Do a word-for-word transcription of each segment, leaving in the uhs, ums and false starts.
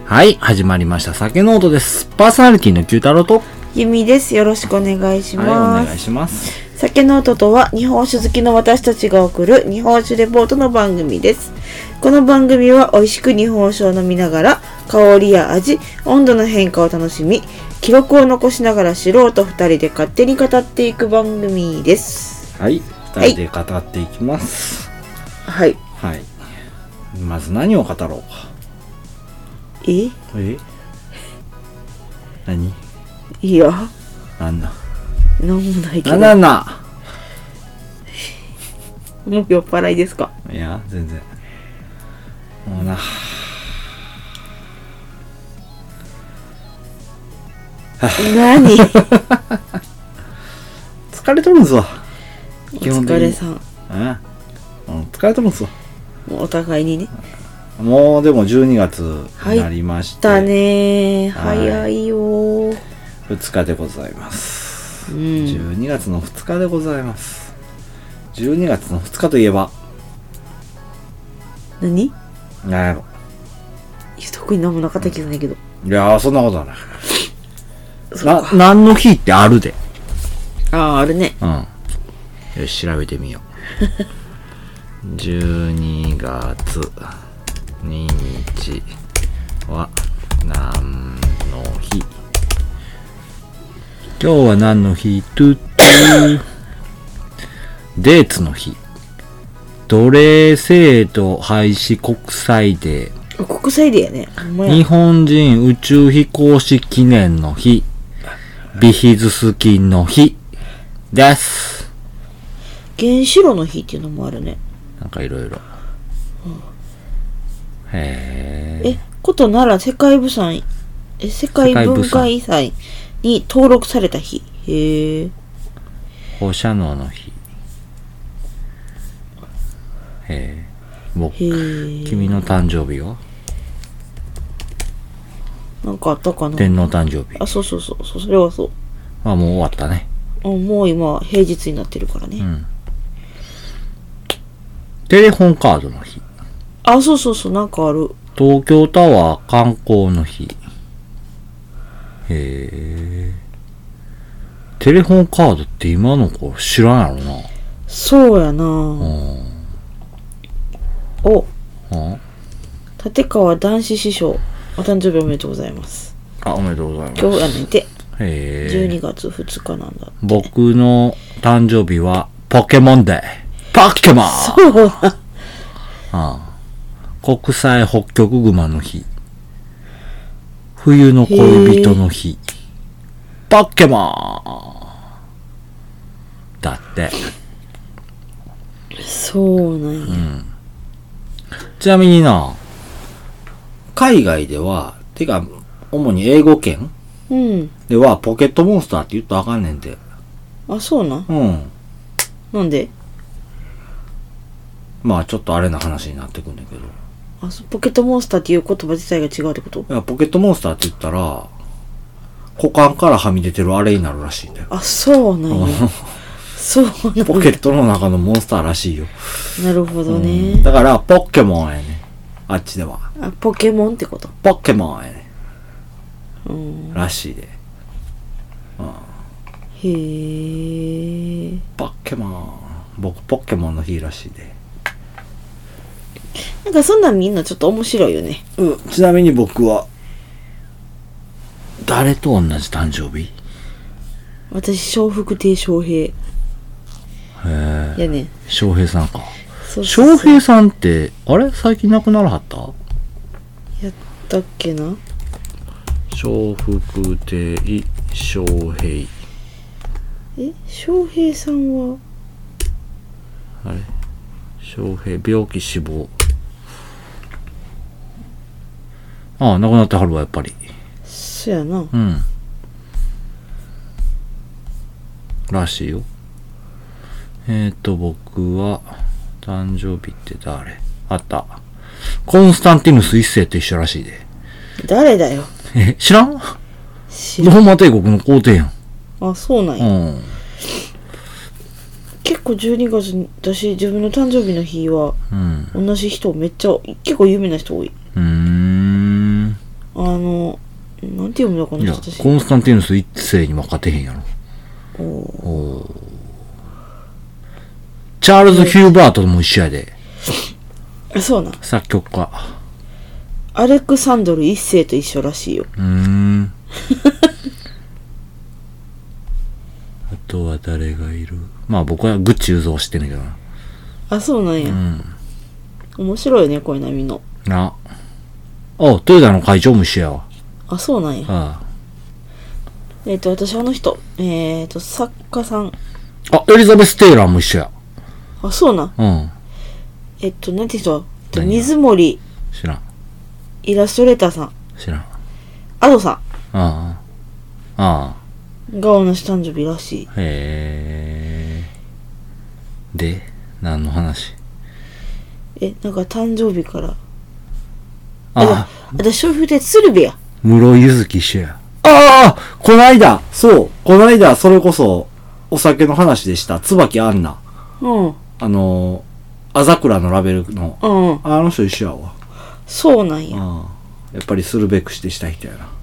はい、始まりました酒ノートです。パーソナリティの九太郎とゆみです。よろしくお願いします。 はい、お願いします。 酒ノートとは日本酒好きの私たちが送る日本酒レポートの番組です。この番組は美味しく日本酒を飲みながら香りや味、温度の変化を楽しみ、記録を残しながら素人ふたりで勝手に語っていく番組です。 はい、ふたりで語っていきます。 はい。 はい。まず何を語ろうか。 え？ え？何？ いや。 なんだ。 なんもないけど。 なんだ。 もう酔っ払いですか？ いや、全然。もうな。 何？ 疲れとるんすわ。 お疲れさん。 ああ、うん、疲れとるんすわ。 もうお互いにね。 もうでもじゅうにがつになりまして。 入ったね、はい、早いよ。 ふつかでございます、 うん、 じゅうにがつのふつかでございます。じゅうにがつのふつかといえば何？ なんやろ。 いや特に何もなかった気がないけど。 いやーそんなことはない。な、何の日ってあるで。 ああ、あるね。 うん。よし、調べてみよう。じゅうにがつににちは何の日？今日は何の日？トゥットゥデーツの日。奴隷制度廃止国際デー。 国際デーやね。 日本人宇宙飛行士記念の日。ビヒズス菌の日です。 原子炉の日っていうのもあるね。 なんかいろいろ。へえ。え、ことなら世界遺産、え、世界文化遺産に登録された日。へえ。 放射能の日。へえ。僕、君の誕生日は？ なんかあったかな。 天皇誕生日。 あ、そうそうそう、それはそう。 まあもう終わったね。 あ、もう今平日になってるからね。 うん。テレホンカードの日。 あ、そうそうそう、なんかある。 東京タワー観光の日。へえ。テレホンカードって今の子知らんやろな。 そうやな。うん、お。 うん、 立川男子師匠、お誕生日おめでとうございます。 あ、おめでとうございます。 今日やねんて。 へえ。 じゅうにがつふつかなんだって。 僕の誕生日はポケモンデー。ポケモン。 そうだ。ああ。国際ホッキョクグマの日。冬の恋人の日。ポケモンだって。 そうなんや、うん、 ちなみにな、海外ではてか主に英語圏、うん、ではポケットモンスターって言ったらあかんねんて。 あ、そうなん。 うん。 なんで？ まあちょっとあれな話になってくんだけど。 あ、ポケットモンスターっていう言葉自体が違うってこと？ いや、ポケットモンスターって言ったら股間からはみ出てるあれになるらしいんだよ。 あ、そうなんや。そうなんだ。 ポケットの中のモンスターらしいよ。 なるほどね、 うん、だからポケモンやね、あっちでは。 あ、ポケモンってこと？ ポケモンやね、 うん、 らしいで、うん、 へえ。 ポケモン、僕ポケモンの日らしいで。 なんかそんなんみんなちょっと面白いよね。 うん。ちなみに僕は誰と同じ誕生日？ 私笑福亭笑平。 へえ。 やね。 笑平さんか。 そうそうそう。 笑平さんってあれ最近亡くならはった？ やったっけな。 笑福亭笑平。 え、笑平さんはあれ？笑平病気死亡。ああ、亡くなってはるわやっぱり。 そやな。 うん。らしいよ。えっ、ー、と僕は誕生日って誰？あった。コンスタンティヌス一世って一緒らしいで。 誰だよ。 え、知らん？ 知らん。 ローマ帝国の皇帝やん。 あ、そうなんや。うん。結構じゅうにがつに私自分の誕生日の日は、うん、同じ人めっちゃ結構有名な人多い。 うーん。 あて読むのこのいや、 人たち。 コンスタンティヌス一世に負かてへんやろ。 おおチャールズ・ヒューバートとも一緒やで。 あ、そうな。 作曲家。 アレクサンドル一世と一緒らしいよ。 うーん。あとは誰がいる？まあ僕はグッチ雄三知ってんねんけどな。 あ、そうなんや。 うん。 面白いよね、こういうのみの。 な。あ、トヨタの会長も一緒やわ。 あ、そうなんや。 あえっ、と、私あの人、えっ、と、作家さん。 あ。あ、エリザベス・テイラーも一緒や。 あ、そうなん。 うん。 えっと、なんて人何が水森知らん。 イラストレーターさん。 知らん。 アドさああ。ああ。 んが同じ誕生日らしい。 へえ。で、何の話？ え、なんか誕生日から。 ああ。 私、消費で鶴瓶や。 室井ゆずき一緒や。ああこないだそうこないだそれこそ、お酒の話でした。椿アンナ。 うん。 あの、あざくらのラベルの。 うん。 あの人一緒やわ。 そうなんや。 ああやっぱりするべくしてした人やな。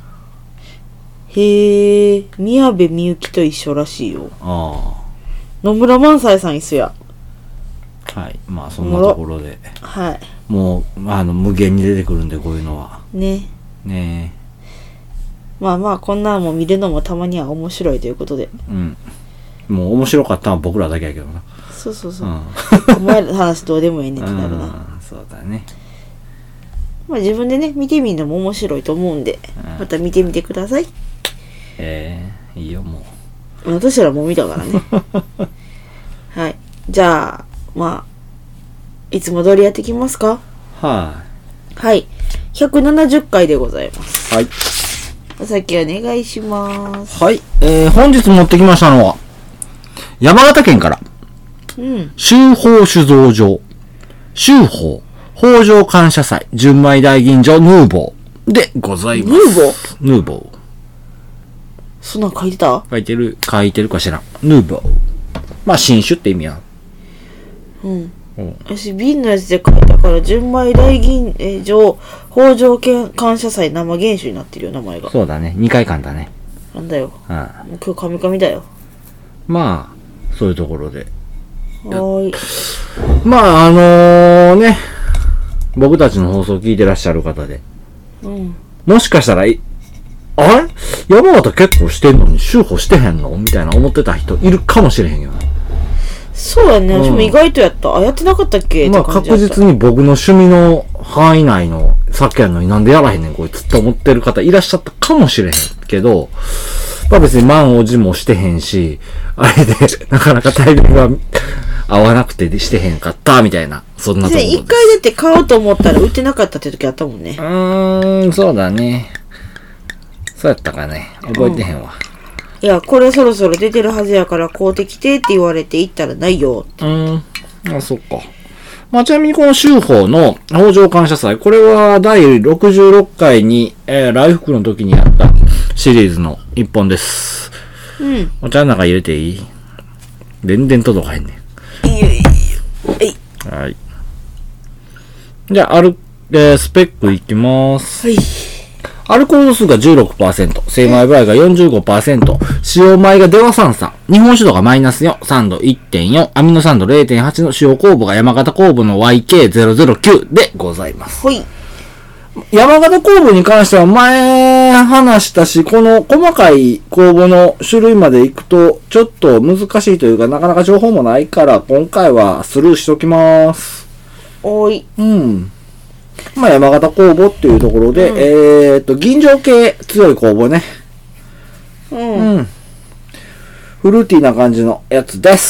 へえ、宮部みゆきと一緒らしいよ。 あ野村萬斎さん一緒や。 あ。はい。まあそんなところで。 はもう、あの、無限に出てくるんで、こういうのは。 い。ね。 ねまあまあ、こんなのも見るのもたまには面白いということで。 え。うん。もう面白かったのは僕らだけやけどな。 そうそうそうう。 ん。 お前らの話どうでもいいねってなるな。 うんそうだね。 まあ自分でね、見てみるのも面白いと思うんで、 うんまた見てみてください。 ええいいよ、も私らも見たからね。はい。じゃあ、まあ、いつも通りやっていきますか？ う。ははい。ひゃくななじゅっかいでございます。 い。はい。 お先お願いします。 はい。えー、本日持ってきましたのは、山形県から、 うん。 秋宝酒造場、秋宝、北条感謝祭、純米大吟醸ヌーボーでございます。 ヌーボーヌーボー。 そんなん書いてた？ 書いてる、書いてるかしらん。ヌーボー。まあ、新酒って意味や。 うん。 うん。 私、瓶のやつで書いたから、純米大吟醸、北条感謝祭生原酒になってるよ、名前が。 そうだね。にかい噛んだね。 なんだよ。 うん。 もう今日カミカミだよ。 まあ、そういうところで。 はーい。 まあ、あのね、僕たちの放送を聞いてらっしゃる方で、 うん。 もしかしたらい、あれ山形結構してんのに、秋宝してへんのみたいな思ってた人いるかもしれへんよね。 そうやね。 うん私も意外とやった。あ、やってなかったっけまあって感じだった。 確実に僕の趣味の範囲内の酒やのになんでやらへんねんこいつって思ってる方いらっしゃったかもしれへんけど、まあ別に満を持もしてへんし、あれでなかなかタイミングが合わなくてしてへんかったみたいな、そんなところで、 です。 一回出て買おうと思ったら売ってなかったって時あったもんね。 うーん、そうだね。そうやったかね。覚えてへんわ。 いや、これそろそろ出てるはずやから買うてきてって言われて行ったらないよ。 うーん。あ、そっか。まあ、ちなみにこの秋宝の北条感謝祭、これはだいろくじゅうろっかいに、えー、来福の時にやったシリーズの一本です。 うん。 お茶の中入れていい？全然届かへんねん。 いいよいいよ。えい。 はい。じゃあ、アル、えー、スペックいきまーす。 はい。 アルコール度数が じゅうろくパーセント、精米部合が よんじゅうごパーセント、使用米がデワ酸酸、日本酒度がマイナスよん、酸度 いってんよん、アミノ酸度 れいてんはち の使用酵母が山形酵母の ワイケーゼロゼロきゅう でございます。 ほい。 山形酵母に関しては前話したし、この細かい酵母の種類まで行くとちょっと難しいというかなかなか情報もないから今回はスルーしときます。 おい。 うん。まあ山形酵母っていうところで、うん、えーっと、吟醸系強い酵母ね。 うん。 うん。フルーティーな感じのやつです。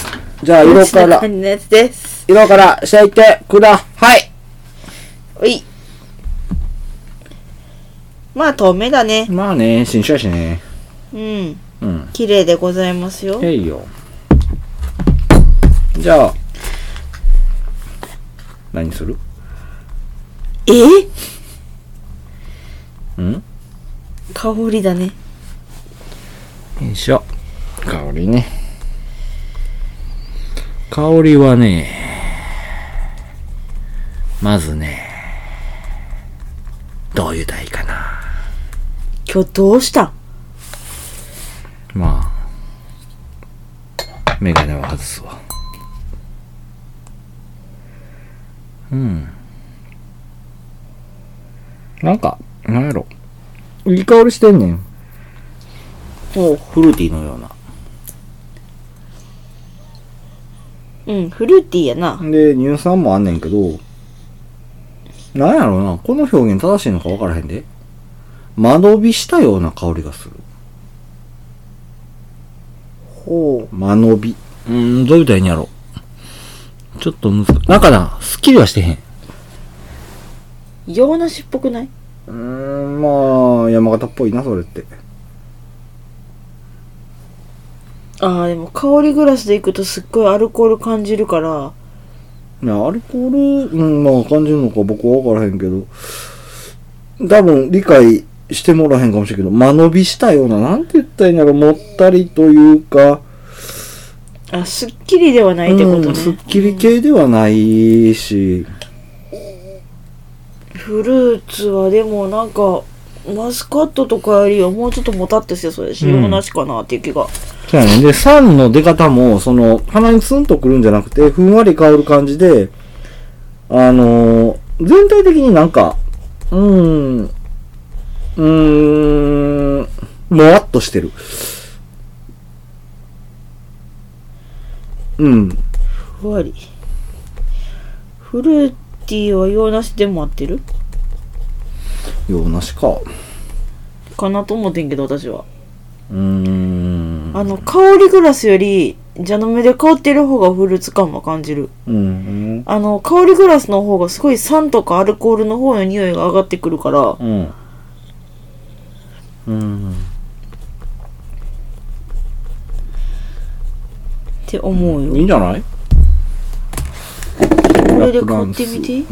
じゃあ色から、 感じのやつです。 色から焼いてください。 おい。まあ透明だね。 まあね、新酒やしね。 うん。 うん。 綺麗でございますよ。 えいよ。じゃあ、何する？ え？ ん？ 香りだね。 よいしょ。香りね。香りはね、まずね、どう言うたらいいかな。 今日どうしたん？ まあメガネは外すわ。うん。なんかなんやろ、いい香りしてんねん。 おう、 フルーティーのような。 うん、フルーティーやな。 で乳酸もあんねんけど、なんやろうな、この表現正しいのか分からへんで。間延びしたような香りがする。 ほう。 間延び。うーん、どういうたらいいんやろ。ちょっと難しい。なんかな、すっきりはしてへん。 洋梨っぽくない？ うーん、まあ、山形っぽいな、それって。 ああ、でも香りグラスでいくとすっごいアルコール感じるから。 いや、アルコール、うん、まあ感じるのか僕は分からへんけど、多分理解してもらえへんかもしれんけど、間延びしたような、なんて言ったらいいんやろ、もったりというか、 あ、すっきりではないってことね。 うん、すっきり系ではないし、 フルーツはでもなんかマスカットとかよりはもうちょっともたってしてそうやし、洋梨かなっていう気が。 そうやね。で、酸の出方も、その、鼻にツンとくるんじゃなくて、ふんわり香る感じで、あのー、全体的になんか、うーん、うーん、もわっとしてる。うん。 ふわり。フルーティーは洋梨でも合ってる洋梨か。 かなと思ってんけど、私は。 うーん。 あの、香りグラスより、蛇の目で香ってる方がフルーツ感は感じる。 うん。 あの、香りグラスの方がすごい酸とかアルコールの方の匂いが上がってくるから。 うん。うん。 って思うよ。 いいんじゃない？ これで買ってみて。 うん。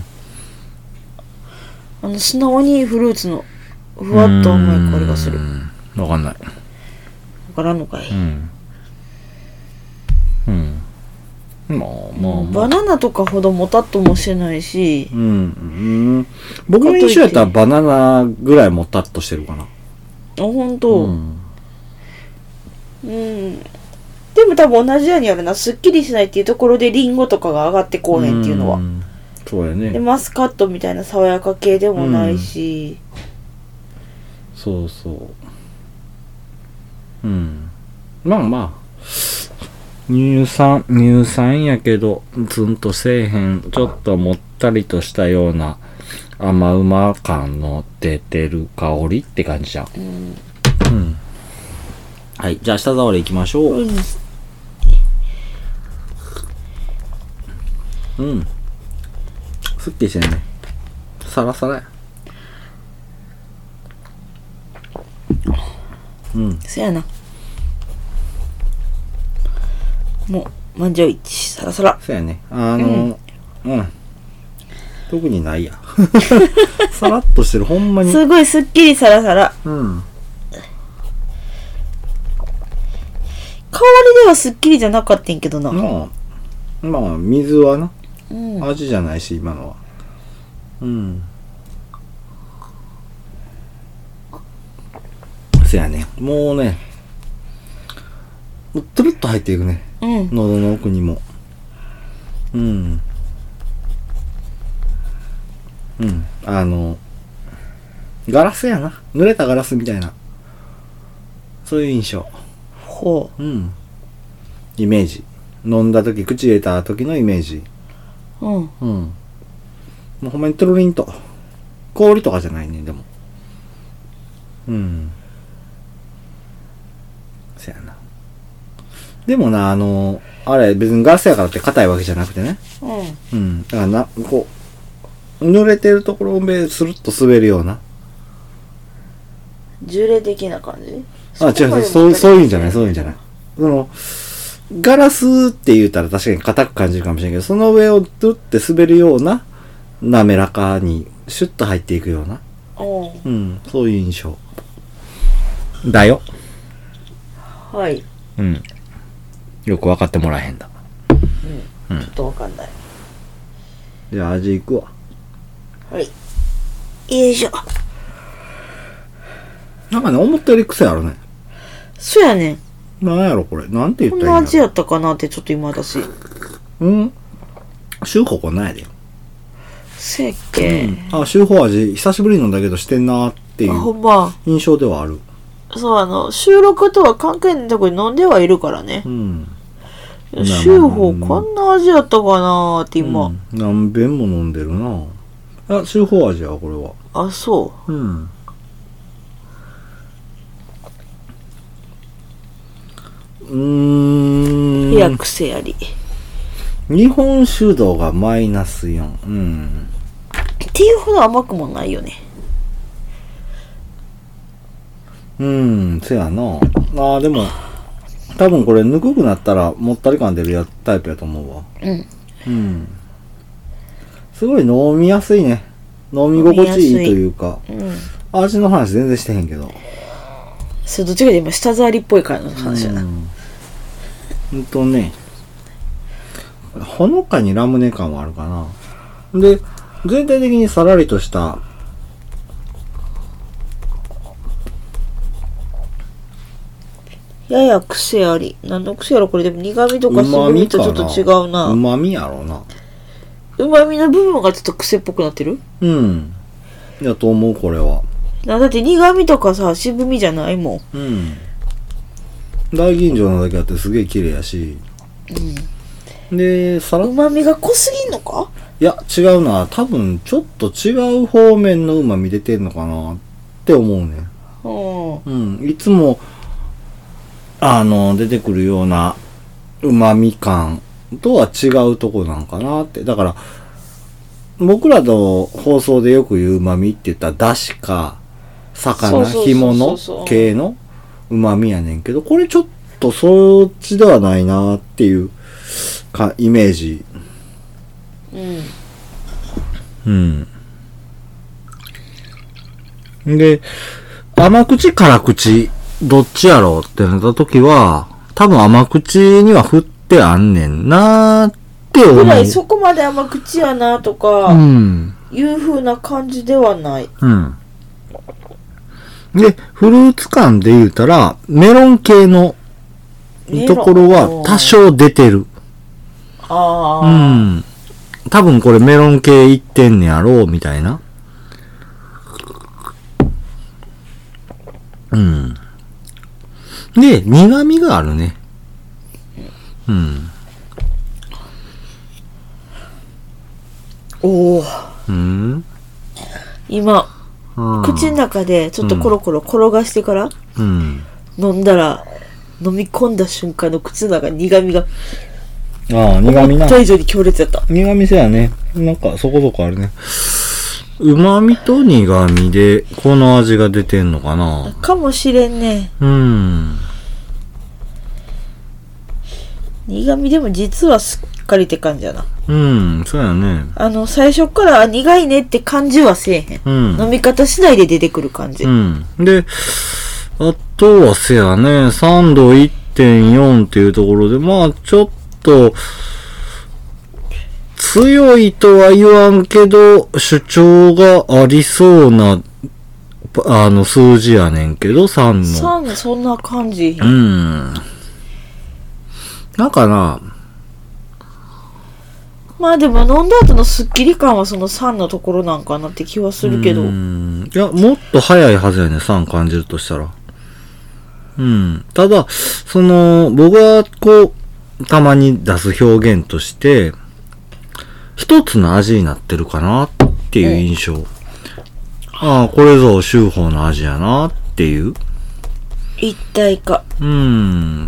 あの、素直にフルーツのふわっと甘い香りがする。 わかんない。 わからんのかい。 うん。うん。まあまあまあ。 バナナとかほどもたっともしてないし。 うん。うん、僕の印象やったらバナナぐらいもたっとしてるかな。あ、 ほんと。 うん。 うん。でも多分同じようにやるな。すっきりしないっていうところでリンゴとかが上がってこうへんっていうのは。 うん、そうやね。 で、マスカットみたいな爽やか系でもないし。 うん、そうそう。うん。まあまあ。乳酸、乳酸やけど、ツンとせえへん、ちょっともったりとしたような甘うま感の出てる香りって感じじゃん。うん。うん。はい。じゃあ、舌触りいきましょう。うん。うん。すっきりしてんね。サラサラや。うん。 そやな。もう、満場一致、サラサラ。 そうやね。あの、うん。うん、特にないや。さらっとしてる、ほんまに。 すごいすっきりサラサラ。 うん。 香りではすっきりじゃなかったんけどな。 まあ、まあ、水はな、 うん、 味じゃないし、今のは。うん。そやね。もうね、トゥルッと入っていくね。 うん。 喉の奥にも。うん。うん。あの、ガラスやな。濡れたガラスみたいな。そういう印象。 ほう。うん。イメージ。飲んだ時、口入れた時のイメージ。 うん。うん。 もうほんまにトゥルリンと。氷とかじゃないね、でも。うん。そやな。でもな、あの、あれ、別にガラスやからって硬いわけじゃなくてね。 うん。 うん。だからな、こう、濡れてるところをスルッと滑るような。 ジュレ的な感じ？ あ、違う、そう、そういうんじゃない、そういうんじゃない。その、ガラスって言ったら確かに硬く感じるかもしれんけど、その上をドゥって滑るような、滑らかに、シュッと入っていくような。うん、そういう印象。だよ。 はい。 うん。よく分かってもらえへんだ。 うん。うん、ちょっと分かんない。 じゃあ味いくわ。 はい。よいしょ。 なんかね、思ったより癖あるね。 そうやねん。 なんやろこれ。なんて言こったらいいんだろう。 んな味やったかなってちょっと今私。 うん。シューホこんなんやで。 せやっけ、 うん、あ、シューホ味久しぶりに飲んだけどしてんなーっていあ、ほうんま。 印象ではある。 そう、あの、収録とは関係ないとこに飲んではいるからね。 うん。 シューホーこんな味やったかなーって今、 うん。何遍も飲んでるな。あ、シューホー味や、これは。 あ、そう。うん。うーん。 いや、癖あり。 日本酒度がマイナスよん。うん。 っていうほど甘くもないよね。 うん、せやな。ああ、でも、多分これ、ぬくくなったら、もったり感出るやタイプやと思うわ。 うん。 うん。すごい飲みやすいね。飲み心地いいというか。 うん。 味の話全然してへんけど。 それどっちかで今、舌触りっぽいからの話やな。 うん。ほんとね。ほのかにラムネ感はあるかな。で、全体的にさらりとした、 やや癖あり。何の癖やろこれでも苦味とか渋みとちょっと違うな。 うまみやろうな。 うまみの部分がちょっと癖っぽくなってる？ うん。やと思う、これは。 なだって苦味とかさ、渋みじゃないもん。うん。大吟醸なだけあってすげえ綺麗やし。うん。で、さらうまみが濃すぎんのか？ いや、違うな。多分、ちょっと違う方面のうまみ出てんのかなって思うね。うん。うん。いつも、あの、出てくるような旨味感とは違うとこなんかなって。だから、僕らの放送でよく言う旨味って言ったら、だしか、魚、干物系の旨味やねんけど、これちょっとそっちではないなっていうか、イメージ。うん。うん。で、甘口、辛口、どっちやろうってなった時は、多分甘口には振ってあんねんなーって思う。ぐらいそこまで甘口やなとか、うん、いう風な感じではない。 うん。で、フルーツ感で言うたら、メロン系のところは多少出てる。ああ。うん。多分これメロン系いってんねやろう、みたいな。うん。で、苦味があるね。うん。 おお。 うん。 今、口の中でちょっとコロコロ転がしてから、うん、飲んだら、飲み込んだ瞬間の口の中苦味が、 ああ、苦味な。 思った以上に強烈やった。 苦味せやね。なんかそこそこあるね。旨味と苦味でこの味が出てんのかな？ かもしれんね。 うん。 苦味でも実はすっかりって感じやな。 うん、そうやね。 あの、最初から苦いねって感じはせえへん。うん、飲み方次第で出てくる感じ。 うん。で、あとはせやね、酸度 いってんよん っていうところで、まあ、ちょっと、強いとは言わんけど、主張がありそうな、あの、数字やねんけど、さんの。 さん、そんな感じ。 うん。なんかな、 まあでも飲んだ後のスッキリ感はそのさんのところなんかなって気はするけど。 うん。いや、もっと早いはずやね、さん感じるとしたら。うん。ただ、その、僕はこう、たまに出す表現として、一つの味になってるかなっていう印象。ああ、これぞ州法の味やなっていう。 一体化。 うん。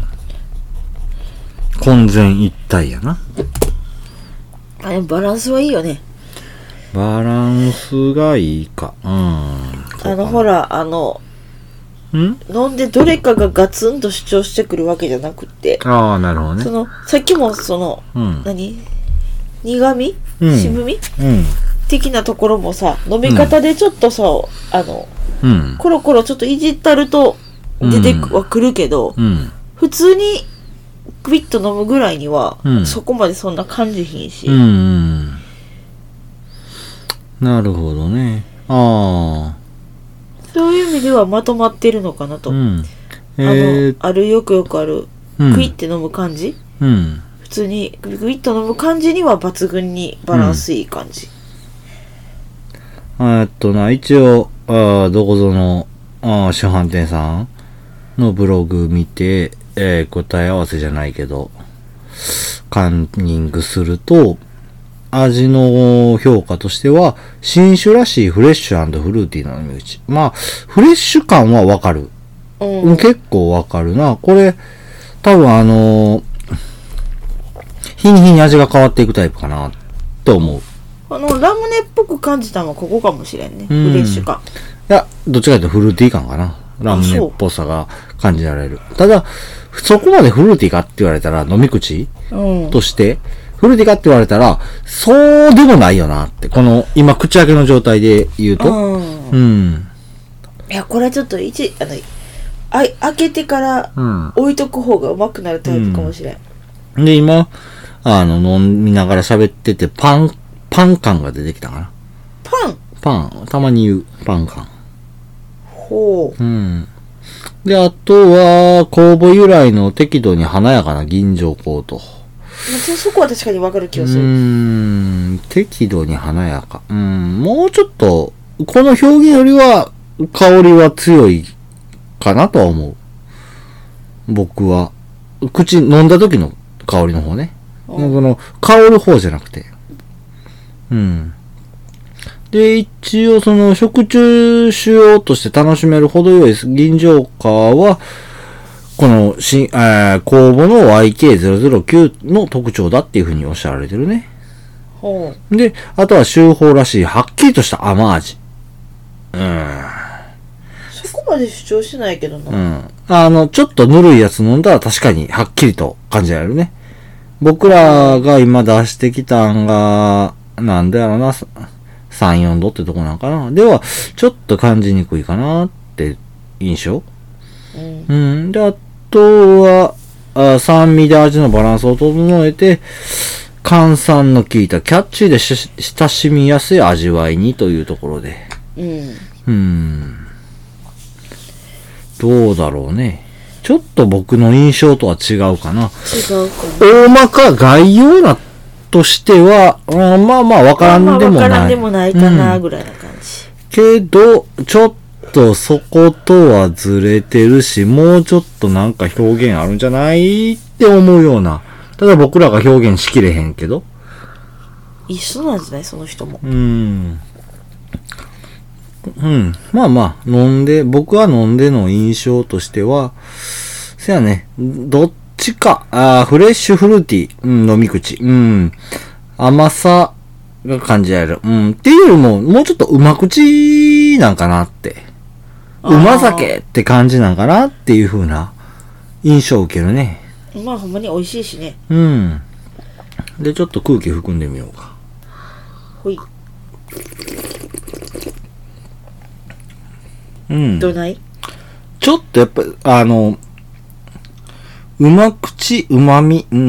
混然一体やな。 あれバランスはいいよね。 バランスがいいか。うん。 あのほら、あの、ん飲んでどれかがガツンと主張してくるわけじゃなくて。 ああ、なるほどね。 その、さっきもその、うん、何苦味、うん、渋み、うん、的なところもさ、飲み方でちょっとさ、うん、あの、うん、コロコロちょっといじったると出てはくるけど、うん、普通にグビッと飲むぐらいには、うん、そこまでそんな感じひんし。うん、 なるほどね。ああ。 そういう意味ではまとまってるのかなと。 うん。えあの、 ー、 あるよくよくある、 うんクイって飲む感じ、 うん。 普通にグイッと飲む感じには抜群にバランスいい感じ。 えっとな、一応、あどこぞのあ主販店さんのブログ見て、えー、答え合わせじゃないけど、カンニングすると、味の評価としては、新酒らしいフレッシュ&フルーティーな飲み口。まあ、フレッシュ感はわかる。 うん、 結構わかるな。これ、多分あのー、日に日に味が変わっていくタイプかな、と思う。 あの、ラムネっぽく感じたのはここかもしれんね。 うんフレッシュ感。 いや、どっちかというとフルーティー感かな。ラムネっぽさが感じられる。ただ、そこまでフルーティーかって言われたら、飲み口うん。 として、フルーティーかって言われたら、そうでもないよなって。この、今、口開けの状態で言うと。 うん。 うん。 いや、これはちょっと一、あの、あい開けてからうん。 置いとく方がうまくなるタイプかもしれん。 で、今、あの、飲みながら喋ってて、パン、パン感が出てきたかな。 パンパン、たまに言う、パン感。 ほう。 うん。で、あとは、酵母由来の適度に華やかな吟醸香と。 まあ、そこは確かにわかる気うがする。 ーん、適度に華やか。うん、もうちょっと、この表現よりは、香りは強いかなとは思う。僕は。口、飲んだ時の香りの方ね。 うん、 この、香る方じゃなくて。うん。で、一応その食中酒用として楽しめる程よい吟醸香は、このし、えー、酵母の ワイケーゼロゼロきゅう の特徴だっていうふうにおっしゃられてるね。 ほで、あとは酒法らしいはっきりとした甘味。うん。 う。そこまで主張しないけどな。 うん。あの、ちょっとぬるいやつ飲んだら確かにはっきりと感じられるね。僕らが今出してきたんが、なんだやろな、さん、よんどってとこなんかな。では、ちょっと感じにくいかなって印象。 うん。 うん。で、あとは、あ酸味で味のバランスを整えて、炭酸の効いたキャッチーでし親しみやすい味わいにというところで。 うん。 うん。どうだろうね。ちょっと僕の印象とは違うかな。 違うか大まか概要なとしては、うん、まあまあわからんでもない。 まあわからんでもないかな、ぐらいな感じ。 けど、ちょっとそことはずれてるし、もうちょっとなんか表現あるんじゃないって思うような。ただ僕らが表現しきれへんけど。 一緒なんじゃないその人も。 うん。うん。まあまあ、飲んで、僕は飲んでの印象としては、せやね、どっちか、あフレッシュフルーティー、うん、飲み口、うん、甘さが感じられる。うん、っていうよりも、もうちょっとうま口なんかなって。うま酒って感じなんかなっていう風な印象を受けるね。 まあほんまに美味しいしね。 うん。で、ちょっと空気含んでみようか。 ほい。 うん。 どない？ ちょっとやっぱ、あの、うま口、うまみ、うん。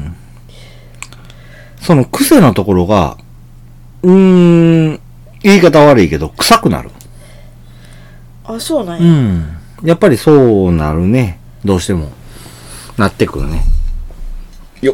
その癖のところが、うーん、言い方悪いけど、臭くなる。 あ、そうなんうや。 ん。やっぱりそうなるね。どうしても。なってくるね。よっ。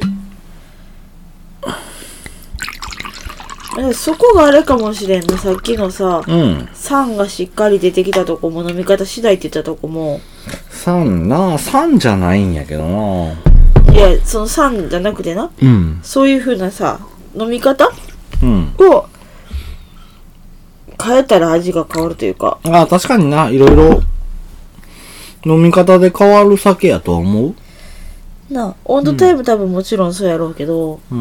そこがあれかもしれんな。さっきのさ、 うん。 酸がしっかり出てきたとこも飲み方次第って言ったとこも、 酸な、酸じゃないんやけどな。 いや、その酸じゃなくてな、 うん。 そういう風なさ、飲み方うん。 を変えたら味が変わるというか。 ああ、確かにな、いろいろ飲み方で変わる酒やとは思う。 なあ、温度タイム多分もちろんそうやろうけど、 うん。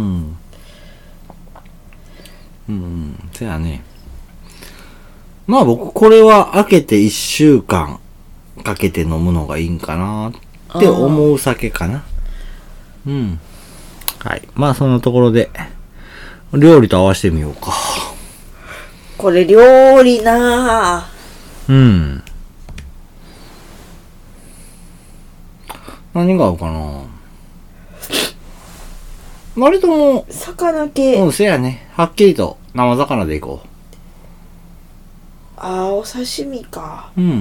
うん、せやね。まあ僕これは開けていっしゅうかんかけて飲むのがいいんかなって思う酒かな。うん。はい。まあそのところで、料理と合わせてみようか。 これ料理なぁ。 うん。何が合うかな。割ともう、 魚系。 うん、せやね。はっきりと生魚でいこあー、お刺身か。 うん。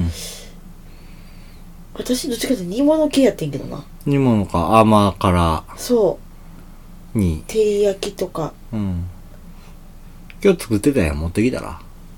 私どっちかって煮物系やってんけどな。 煮物か、甘辛そうに。 照り焼きとか。 うん。今日作ってたやん、持ってきたら。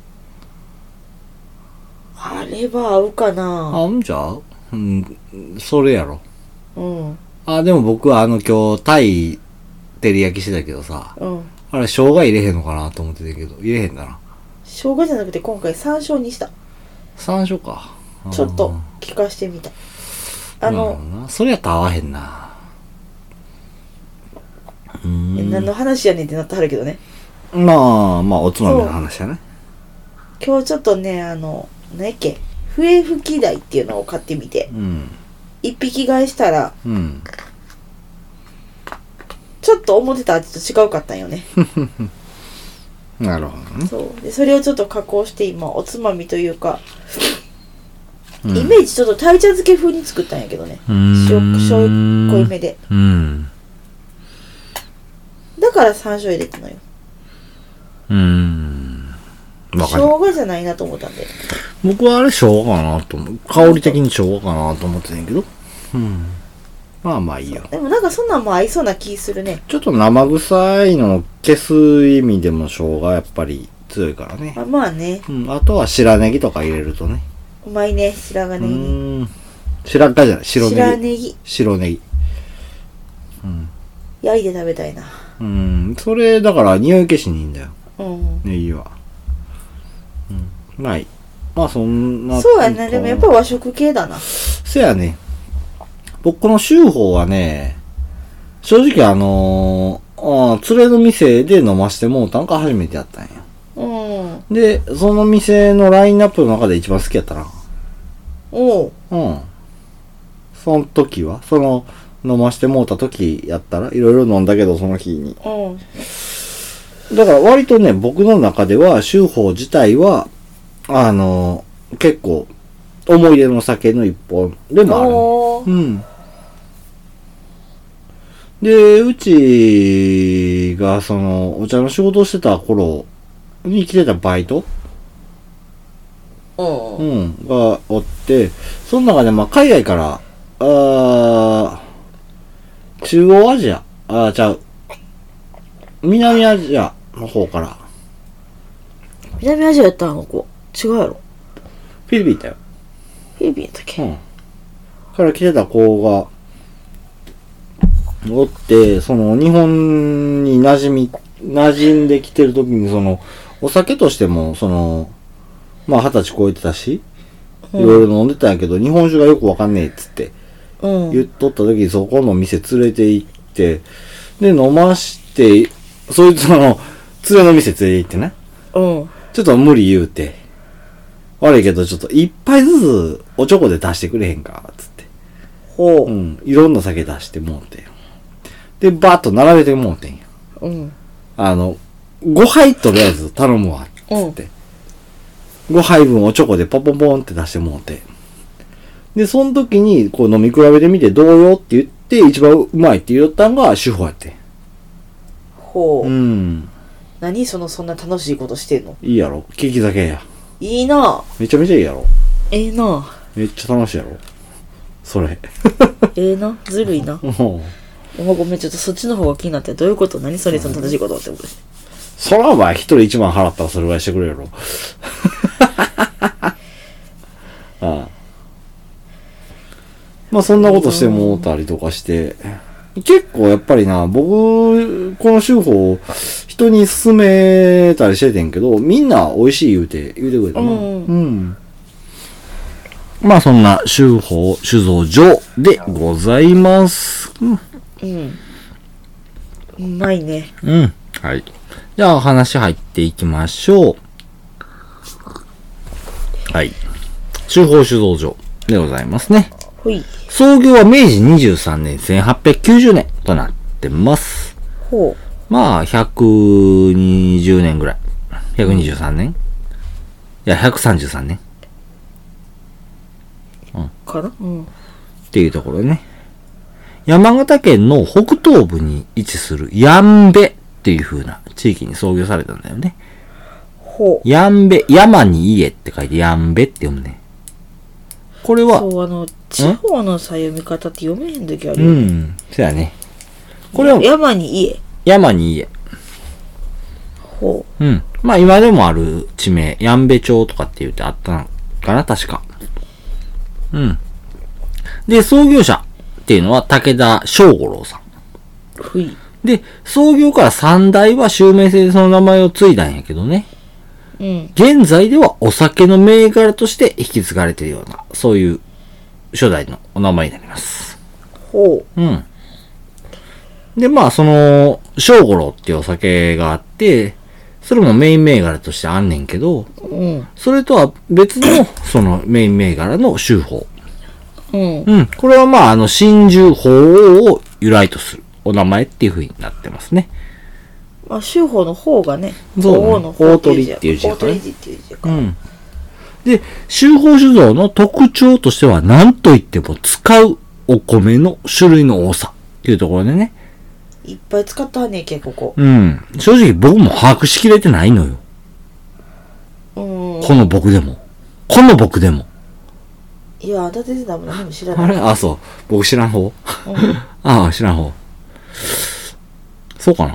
あれば合うかな。 あ、うんじゃううん、それやろ。 うん。 あ、でも僕はあの今日、タイ照り焼きしてたけどさ、 うん。 あれ生姜入れへんのかなと思ってたけど、入れへんだな。 生姜じゃなくて今回山椒にした。 山椒か。 ちょっと効かしてみた。あの、 なそれやったら合わへんな。うーん。 何の話やねんってなってはるけどね。 まあ、まあ、おつまみの話やね。 今日ちょっとね、あの、何やっけ、笛吹き台っていうのを買ってみて、 うん。 一匹買いしたら、 うん。 ちょっと思ってた味と違うかったんよね。 なるほどね。 そう。で、それをちょっと加工して今、おつまみというか、 うん、 イメージちょっと鯛茶漬け風に作ったんやけどね。塩、醤油濃いめで。 うん。 だから山椒入れたのよ。 うーん。わか生る。 姜じゃないなと思ったんで。 僕はあれ生姜かなと思う。香り的に生姜かなと思ってたんやけど。うん。まあまあいいよ。 でもなんかそんなんも合いそうな気するね。 ちょっと生臭いのを消す意味でも生姜やっぱり強いからね。 まあまあね。 うん。あとは白ネギとか入れるとね。 うまいね、白髪うネギね。 ーん。白髪じゃない、白ネギ。 白ネギ。 白ネギ。うん。 焼いて食べたいな。 うん。それ、だから匂い消しにいいんだよ。 うん。 ネギは。うん。まあいい。まあそんな。 そうやね。でもやっぱ和食系だな。 せやね。僕この州法はね、正直あのー、あ連れの店で飲ましてもうたんか初めてやったんや。 うん。 で、その店のラインナップの中で一番好きやったな。 おう。 うん。その時は、その、飲ましてもうた時やったら、いろいろ飲んだけど、その日に。 うん。 だから割とね、僕の中では、州法自体は、あの、結構、思い出の酒の一本でもある。うん。で、うちが、その、お茶の仕事をしてた頃に来てたバイトうん。 うん。がおって、その中で、まあ、海外から、あー中央アジア、あーちゃう。南アジアの方から。 南アジアやったあの子。違うやろ。 フィリピンだよ。 フィリピンやったっけ。 うん。から来てた子が、おって、その、日本に馴染み、馴染んできてる時に、その、お酒としても、その、まあ、二十歳超えてたし、いろいろ飲んでたんやけど、日本酒がよくわかんねえっつって、 うん。 言っとった時にそこの店連れて行って、で、飲まして、そいつの、連れの店連れて行ってね、 うん。 ちょっと無理言うて、悪いけどちょっと一杯ずつおちょこで出してくれへんか、つって。 ほう。 うん。いろんな酒出してもうて。で、バーッと並べてもうてんや。 うん。 あの、ごはいとりあえず頼むわ、つって。ごはいぶんおちょこでポンポンポンって出してもうて。で、その時に、こう飲み比べてみてどうよって言って、一番うまいって言ったんが主婦やって。 ほう。 うん。 何その、そんな楽しいことしてんの？ いいやろ。利き酒や。 いいな。 めちゃめちゃいいやろ。 ええな。 めっちゃ楽しいやろ。それ。 ええな。ずるいな。もうごめん、ちょっとそっちの方が気になって、どういうこと？何それ、その楽しいことってことで。 そらお前一人一万払ったらそれぐらいしてくれるやろ。ああ。まあそんなことしてもうたりとかして、結構やっぱりな、僕、この手法、人に勧めたりしててんけど、みんな美味しい言うて、言うてくれたな。 うん。 うん。まあそんな手法、酒造所でございます。うん。 うん。うまいね。 うん。はい。じゃあ話入っていきましょう。はい。手法酒造所でございますね。 ほい。 創業はめいじにじゅうさんねん、せんはっぴゃくきゅうじゅうねんとなってます。 ほう。まあ、ひゃくにじゅうねんぐらい。ひゃくにじゅうさんねんいや、ひゃくさんじゅうさんねん。うん。 かなうん。 っていうところね。山形県の北東部に位置するやんべっていう風な地域に創業されたんだよね。 ほう。 やんべ、山に家って書いてやんべって読むね。これは、 そう、あの、地方のさ、読み方って読めへん時あるうよね。 ん、そうやね。これは、 山に家。 山に家。 ほうん。まあ今でもある地名、やんべ町とかって言ってあったのかな、確か。うん。で、創業者っていうのは武田正五郎さん。 う。ふい。 で、創業からさん代は襲名制でその名前を継いだんやけどね。 うん。 現在ではお酒の銘柄として引き継がれているような、そういう初代のお名前になります。 ほうん。で、まあ、その、正五郎っていうお酒があって、それもメイン銘柄としてあんねんけど、 う。うん。 それとは別の、そのメイン銘柄の州法。 うん。 うん。これはまあ、あの、真珠法王を由来とするお名前っていう風になってますね。 まあ、州法の方がね、 そうね法の法取りっていう字や法からね取りっていう字やから。 うん。で、州法酒造の特徴としては、何と言っても使うお米の種類の多さっていうところでね。 いっぱい使ったはんねんけ、ここ。 うん。正直僕も把握しきれてないのよ。 うん。 この僕でも。この僕でも。 いや、あんた出てたもん何も知らない。 あれあ、そう。僕知らん方うん。 ああ、知らん方。そうかな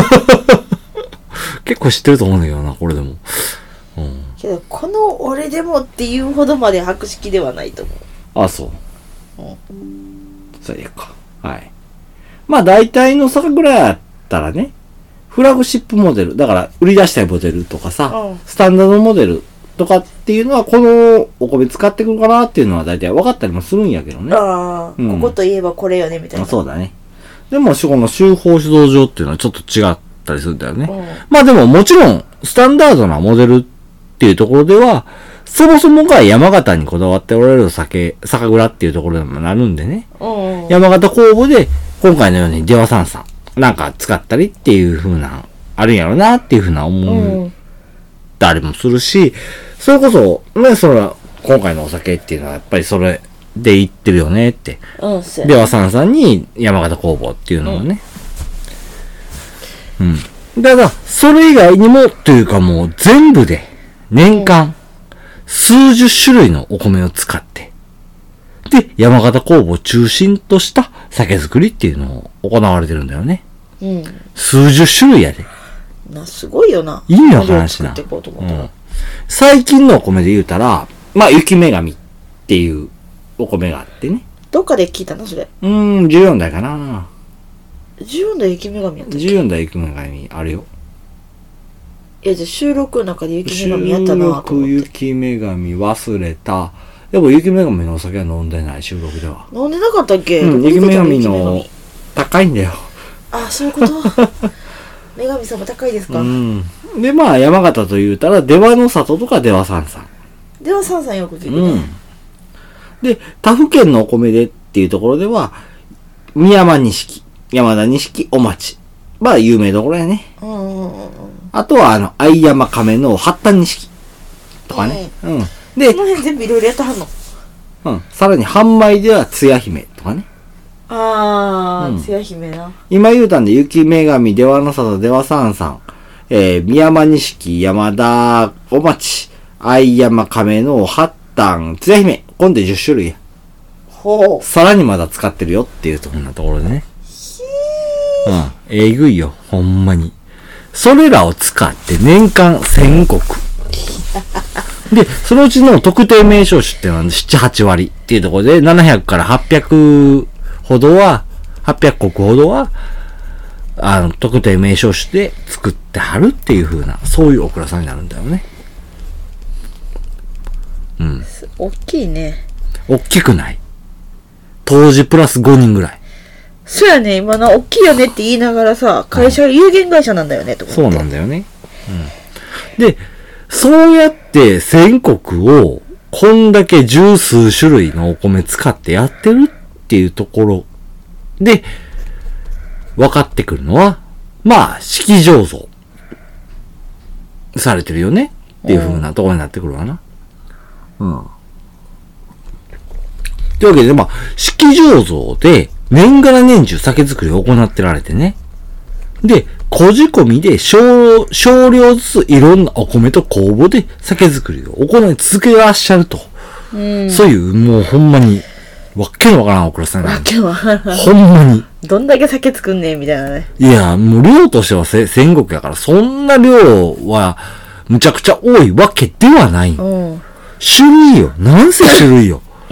結構知ってると思うんだけどな、これでも。うん。 けど、この俺でもっていうほどまで博識ではないと思う。 あ、そう。 うん。 それでか。はい。まあ大体の差ぐらいやったらね、フラグシップモデル、だから売り出したいモデルとかさ、 うんスタンダードモデルとかっていうのは、このお米使ってくるかなっていうのは大体分かったりもするんやけどね。 ああ、 うんここといえばこれよね、みたいな。 そうだね。でも、この州法指導上っていうのはちょっと違ったりするんだよね。 うんまあでももちろん、スタンダードなモデルっていうところでは、そもそもが山形にこだわっておられる酒、酒蔵っていうところにもなるんでね。 うんうん。 山形工房で、今回のように出羽三さんなんか使ったりっていう風な、あるんやろなっていう風な思うん。 ったりもするし、それこそ、ね、その、今回のお酒っていうのはやっぱりそれで言ってるよねって。 うん、そう出や。 羽三さんに山形工房っていうのをね。うん。だから、それ以外にも、というかもう全部で、年間、数十種類のお米を使って、で、山形工房を中心とした酒造りっていうのを行われてるんだよね。 うん。 数十種類やで。 な、すごいよな。 意味わからんしな。 作っていこうと思ったらうん。最近のお米で言うたら、まあ、雪女神っていうお米があってね。 どっかで聞いたのそれ。 うーん、じゅうよん代かな。 じゅうよん代雪女神やったっけ？ じゅうよん代雪女神あるよ。 いや、じゃあ収録の中で雪女神やったなと思って。 収録雪女神忘れた。でも雪女神のお酒は飲んでない、収録では。 飲んでなかったっけ？ うん、 どこ雪女神で出てた雪女の神高いんだよ。 あ、そういうこと女神様高いですか？ うん。で、まあ、山形と言うたら、出羽の里とか出羽三さん。 では、サンさんよく聞くね。 うん。で、他府県のお米でっていうところでは、三山錦、山田錦、お町。まあ、有名どころやね。 うんうんうんうん。 あとは、あの、相山亀の八田錦とかね。うん。でこ、の辺全部いろいろやってはんの。 うん。さらに、半米ではつや姫とかね。 あー、 うんつや姫な。 今言うたんで、雪女神、出羽の里、出羽三さん、えー、三山錦、山田、お町、相山亀の八田、つや姫。今度じゅっ種類や。 ほう。 さらにまだ使ってるよっていうところなところでね。うん。えぐいよ。ほんまに。それらを使って年間せんこく。で、そのうちの特定名称種っていうのはなな、はち割っていうところで、ななひゃくからはっぴゃくほどは、はっぴゃくこくほどは、あの、特定名称種で作ってはるっていう風な、そういうお蔵さんになるんだよね。うん。 大きいね。 大きくない。当時プラスごにんぐらい。 そうやね、今な、大きいよねって言いながらさ、会社、有限会社なんだよね、とか。 そうなんだよね。うん。で、そうやって全国をこんだけ十数種類のお米使ってやってるっていうところで、分かってくるのは、まあ、式醸造されてるよねっていう風なところになってくるわな。うん。というわけで、まあ、式醸造で年がら年中酒造りを行ってられてね。 で、こじ込みで少、少量ずついろんなお米と酵母で酒造りを行い続けらっしゃると。うん、そういう、もうほんまに、わっけのわからんお倉さんわっけのわからん。 ほんまに。 どんだけ酒作んねえみたいなね。 いや、もう量としてはせ戦国やから、そんな量は、むちゃくちゃ多いわけではない。うん、種類よ。なんせ種類よ。うん。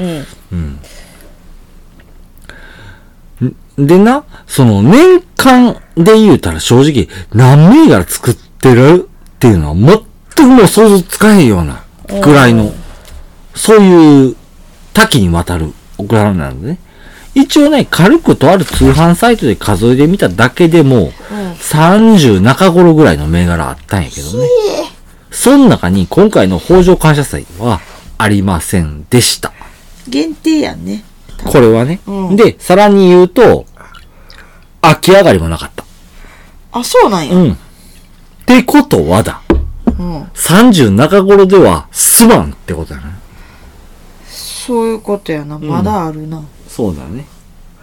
うん。でな、その年間で言うたら正直何銘柄作ってるっていうのは全くもう想像つかへんようなぐらいの、そういう多岐にわたるオクラなんでね。一応ね、軽くとある通販サイトで数えてみただけでも、うん、さんじゅう中頃ぐらいの銘柄あったんやけどね。その中に今回の北条感謝祭はありませんでした。 限定やんね。 これはね、うん。で、さらに言うと、秋上がりもなかった。 あ、そうなんや。うん。 ってことはだ。うん。さんじゅう中頃ではすまんってことやね。 そういうことやな。まだあるな。うん、 そうだね。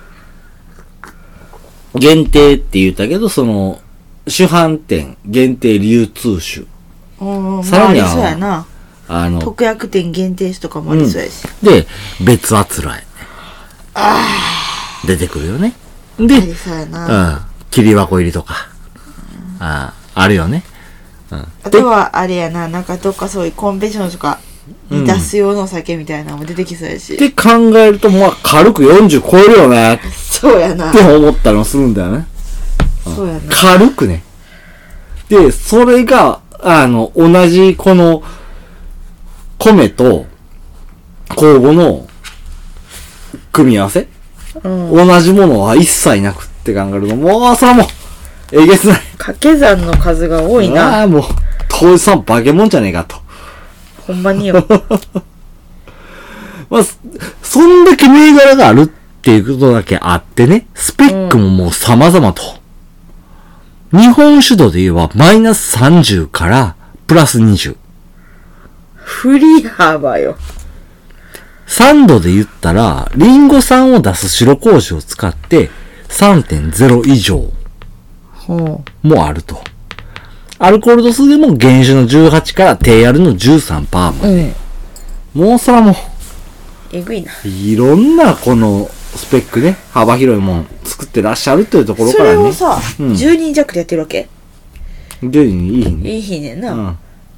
限定って言ったけど、その、主販店限定流通種。 うん、さらには、そうやな。あの、特約店限定種とかもありそうやし。 うん、で、別あつらえ。ああ。出てくるよね。で、ありそうやな。うん。切り箱入りとか。うん、ああ、あるよね。 うん。あとは、あれやな、なんかどっかそういうコンペティションとかに出す用の酒みたいなのも出てきそうやし。 って考えると、まあ、軽くよんじゅう超えるよね。 そうやな。 って思ったりもするんだよね。 そうやな。 軽くね。で、それが、あの、同じこの、米と酵母の組み合わせ、うん、同じものは一切なくって考えると、もうそれはもう、えげつない。 掛け算の数が多いな。 ああ、もう、当時さん化け物じゃねえかと。 ほんまによ。 まあ、そんだけ銘柄があるっていうことだけあってね、スペックももう様々と。うん、日本酒度で言えば、マイナスさんじゅうからプラスにじゅう。 振り幅よ。 さんどで言ったら、リンゴ酸を出す白麹を使って さんてんゼロ 以上もあると。アルコール度数でも原酒のじゅうはちから低アルの じゅうさんパーセント まで。うん、もうそらもう、 えぐいな。 いろんなこのスペックね、幅広いもん作ってらっしゃるというところからね。 それをさ、うん、じゅうにん弱でやってるわけ？ じゅうにんいいね。 いい日ねんな。うん、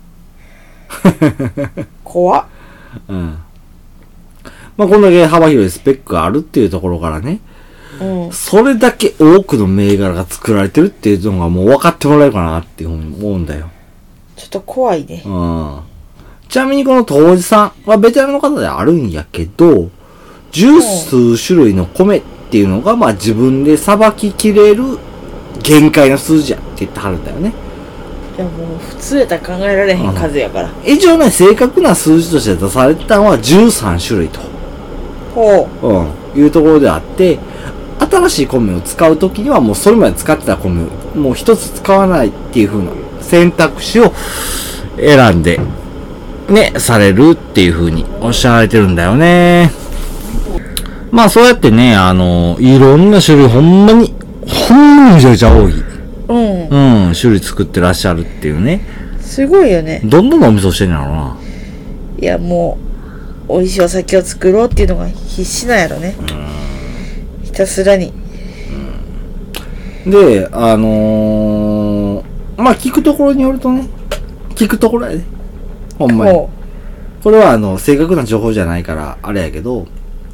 怖っ。 うん。まあ、こんだけ幅広いスペックがあるっていうところからね。うん。それだけ多くの銘柄が作られてるっていうのがもう分かってもらえるかなっていうふうに思うんだよ。 ちょっと怖いね。 うん。ちなみにこの当時さんはベテランの方であるんやけど、十数種類の米っていうのがまあ自分でさばききれる限界の数字やって言ってはるんだよね。 いやもう普通やったら考えられへん数やから。 一応ね、正確な数字として出されてたのはじゅうさん種類と。ほう。うん。いうところであって、新しい米を使うときにはもうそれまで使ってた米をもう一つ使わないっていう風な選択肢を選んで、ね、されるっていう風におっしゃられてるんだよね。まあそうやってね、あの、いろんな種類ほんまに、ほんまにめちゃめちゃ多い。うん。うん、種類作ってらっしゃるっていうね。 すごいよね。 どんどんお味噌してんやろな。 いやもう、美味しいお酒を作ろうっていうのが必死なんやろね。うん。ひたすらに。 うん、で、あのー、まあ聞くところによるとね、聞くところやで。ほんまに。これはあの、正確な情報じゃないから、あれやけど、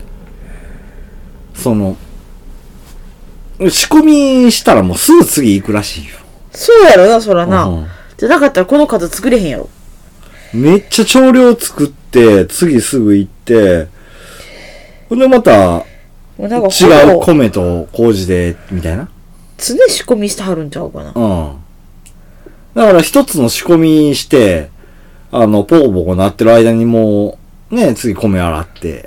その、仕込みしたらもうすぐ次行くらしいよ。 そうやろな、そらな。うん、じゃなかったらこの数作れへんやろ。 めっちゃ少量作って、次すぐ行って、ほんでまた、違う米と麹で、みたいな。 常仕込みしてはるんちゃうかな。 うん。だから一つの仕込みして、あの、ポコポコなってる間にもう、ね、次米洗って、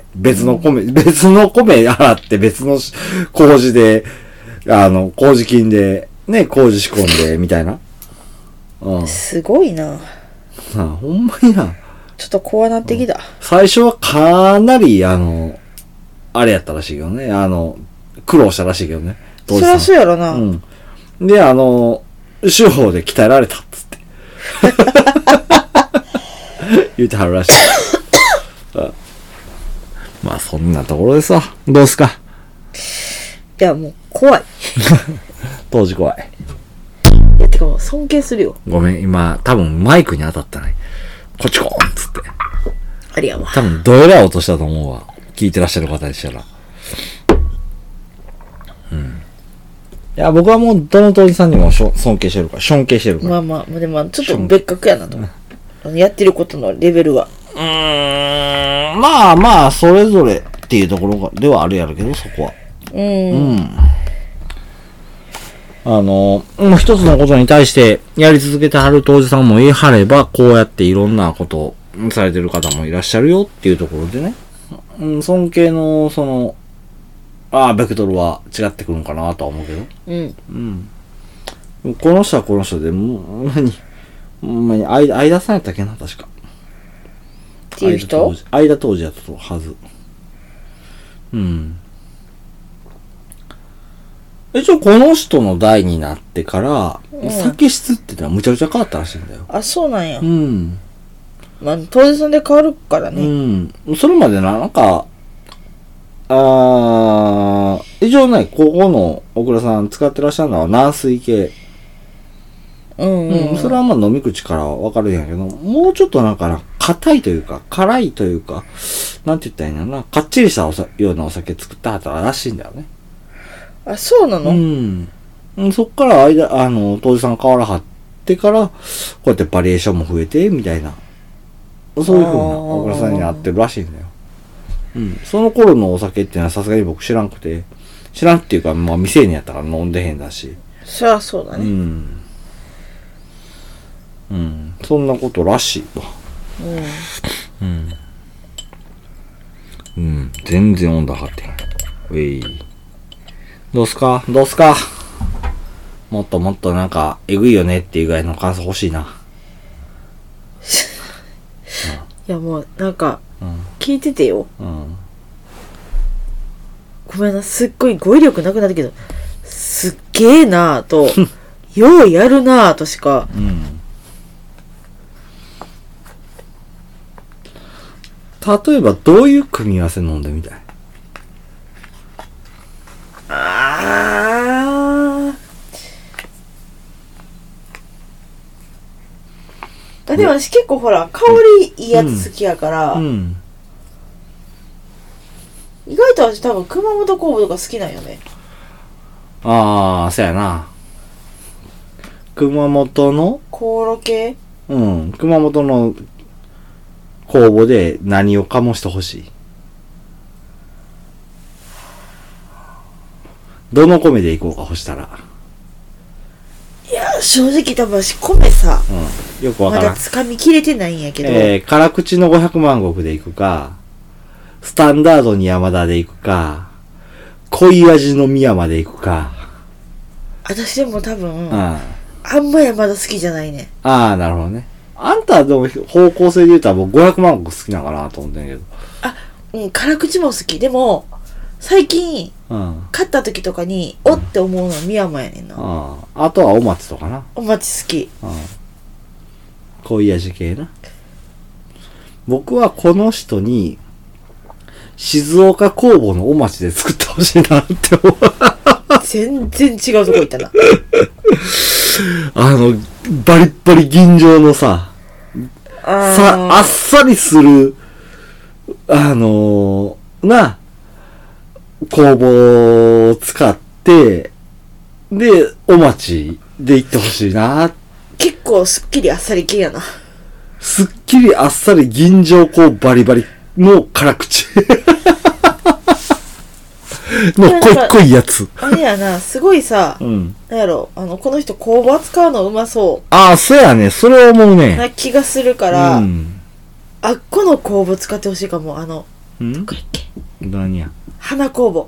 別の米、うん、別の米洗って、別の麹で、あの、麹菌で、ね、麹仕込んで、みたいな。 うん。すごいな。 なあ、ほんまにな。 ちょっと怖なってきた。 最初はかなり、あの、あれやったらしいけどね。あの、苦労したらしいけどね。 そりゃそうやろな。うん。 で、あの、手法で鍛えられたっつって。言うてはるらしい。まあそんなところですわ。どうすか？ いやもう怖い。 当時怖い。 いやてかもう尊敬するよ。 ごめん、今多分マイクに当たったね。こっちこーんっつって。 ありやわ。 多分どえらい音したと思うわ。聞いてらっしゃる方でしたら。うん。いや、僕はもうどの当時さんにもしょ尊敬してるから、尊敬してるから。 まあまあ、でもちょっと別格やなと。やってることのレベルは。 うーん、まあまあ、それぞれっていうところがではあるやるけど、そこは。 うん。 うん。あの、もう一つのことに対してやり続けてはる当時さんも言い張れば、こうやっていろんなことをされてる方もいらっしゃるよっていうところでね。うん、尊敬の、その、ああ、ベクトルは違ってくるんかなとは思うけど。 うん。 うん。この人はこの人で、もう、ほんまに、ほんまに、間、間さんやったっけな、確か。 っていう人？ 間当時やったはず。うん。一応この人の代になってから、うん、酒質ってのはむちゃくちゃ変わったらしいんだよ。 あ、そうなんや。 うん。 まあ、当時さんで変わるからね。 うん。それまでな、なんか、あー、一応ね、ここの小倉さん使ってらっしゃるのは軟水系。 うんうん、うん、 うん。それはまあ飲み口からわかるんやけど、もうちょっとなんかな、硬いというか、辛いというか、なんて言ったらいいんだろうな、かっちりしたおさようなお酒作ってはったらしいんだよね。 あ、そうなの？ うん。そっから間、あの、当時さん変わらはってから、こうやってバリエーションも増えて、みたいな。そういう風な小倉さんになってるらしいんだよ。うん。その頃のお酒っていうのはさすがに僕知らんくて、知らんっていうか、まあ未成年やったから飲んでへんだし。 そりゃそうだね。 うん。うん。そんなことらしいわ。うん。うん。うん。全然温度上がってへん。ウェイ。どうすかどうすかもっともっとなんか、えぐいよねっていうぐらいの感想欲しいな。うん、 いやもう、なんか、うん、聞いててよ。うん、ごめんな、すっごい語彙力なくなるけど、すっげえなぁと、ようやるなぁとしか、うん、 例えばどういう組み合わせ飲んでみたい？ ああ。でも私結構ほら、香りいいやつ好きやから、うんうん、意外と私多分熊本工房とか好きなんよね。 ああ、そうやな。熊本の香炉系？ うん。熊本の工房で何を醸してほしい？どの米でいこうか、ほしたら。 いや、正直多分私米さ、 うん、よくわからん。 まだ掴みきれてないんやけど。 えー、辛口のごひゃくまん石でいくか、スタンダードに山田でいくか、濃い味の宮までいくか。 私でも多分、 うん、あんま山田好きじゃないね。 ああ、なるほどね。あんたはでも方向性で言うたら僕ごひゃくまん石好きなのかなと思ってんけど。 あ、うん、辛口も好き。でも、最近、うん、買った時とかに、おって思うのは宮山やねんな。 ああ、あとはお松とかな。 お松好き。 うん、濃い味系な。僕はこの人に、静岡工房のお松で作ってほしいなって思う。 全然違うとこ行ったな。 あの、バリッバリ吟醸のさ、あさ、あっさりする、あのー、な、工房を使って、で、お待ちで行ってほしいな。 結構すっきりあっさり系やな。 すっきりあっさり吟醸こうバリバリの辛口。の濃い濃いやつ。 あれやな、すごいさ、うん、なんやろ、あの、この人工房使うのうまそう。 ああ、そうやね。それ思うね。 な気がするから、うん、あっこの工房使ってほしいかも。あの、 んどこやっけ？ 何や？ 花工房。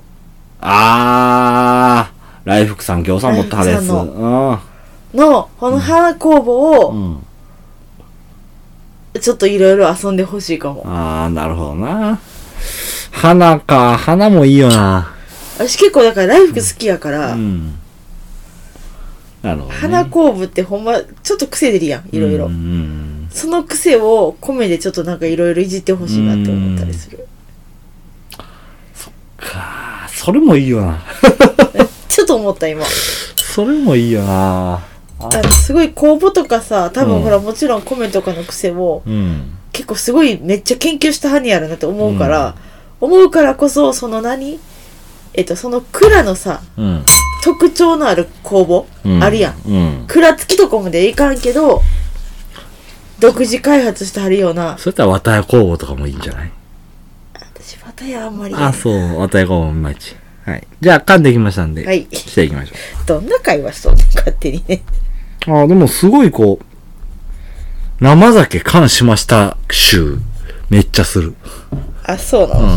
あー、来福さん餃子持ってはるやつ。 の、うん、のこの花工房を、うん、ちょっといろいろ遊んでほしいかも。 あー、なるほどな。花か、花もいいよな。 私結構だから来福好きやから、うん、 なるほど、ね。 花酵母ってほんま、ちょっと癖出るやん、いろいろ。その癖を米でちょっとなんかいろいろいじってほしいなって思ったりする。 そっか、それもいいよな。 ちょっと思った今。 それもいいよな。 あのすごい酵母とかさ、多分ほら、うん、もちろん米とかの癖を、うん、結構すごいめっちゃ研究した派にやるなって思うから、うん、思うからこそその何えっとその蔵のさ、うん、特徴のある酵母、うん、あるやん、うん、蔵付きとこまでいかんけど独自開発してはるような。 そういったら綿屋酵母とかもいいんじゃない？ 私綿屋あんまり。 あ、そう、綿屋酵母いまいち。はい。じゃあ噛んできましたんで、はい、していきましょう。どんな会話しとんねん勝手にね。 あ、でもすごいこう生酒缶しました臭めっちゃする。 あ、そうなの。うん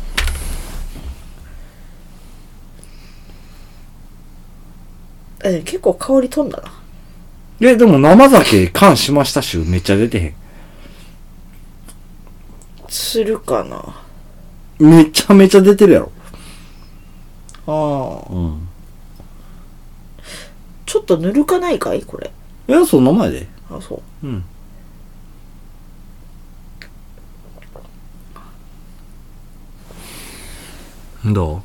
。結構香り飛んだな。 え、でも生酒缶しました臭めっちゃ出てへん。 するかな。 めちゃめちゃ出てるやろ。 ああ。うん。ちょっとぬるかないかいこれ。 いや、そんな前で。 あ、そう。 うん。ど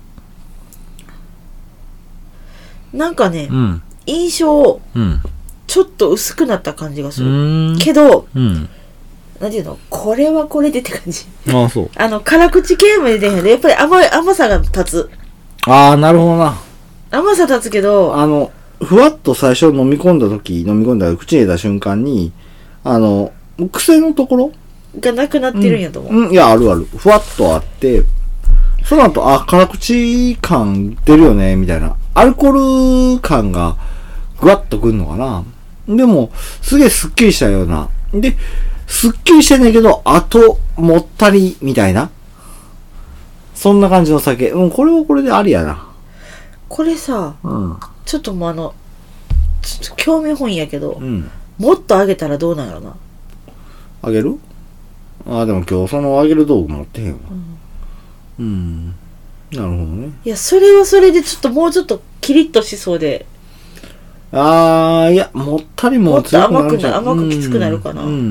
う？なんかね、うん、印象、うん、ちょっと薄くなった感じがする。けど、うん、なんていうの？これはこれでって感じ。 ああ、そう。 あの、辛口系まで出へんで、やっぱり甘い、甘さが立つ。 ああ、なるほどな。 甘さ立つけど、 あの、ふわっと最初飲み込んだ時、飲み込んだ口に入れた瞬間に、あの、癖のところがなくなってるんやと思う。 うん、うん、いや、あるある。ふわっとあって、その後、あ、辛口感出るよね、みたいな。アルコール感がぐわっとくるのかな。でも、すげえスッキリしたような。で、スッキリしてんねんけど、あと、もったり、みたいな。そんな感じの酒。うん、これはこれでありやな。 これさ、うん、ちょっともうあの、ちょっと興味本やけど、うん、もっと上げたらどうなんやろな。 上げる？ああ、でも今日その上げる道具持ってへんわ。うん。うん、なるほどね。 いや、それはそれでちょっともうちょっとキリッとしそうで。 ああ、いや、もったりも強くなるじゃん。 もっと甘くな、甘くきつくなるかな。うん。うん、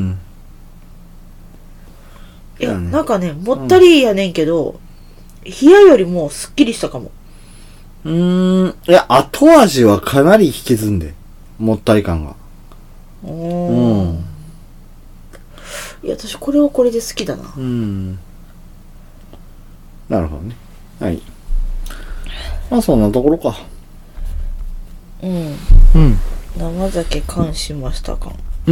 いや、ね、なんかね、もったりやねんけど、冷やよりもすっきりしたかも。 うーん。いや、後味はかなり引きずんで。もったり感が。 うん。いや、私これはこれで好きだな。 うん。なるほどね。はい。まあそんなところか。 うん。うん。生酒缶しましたか。 うん。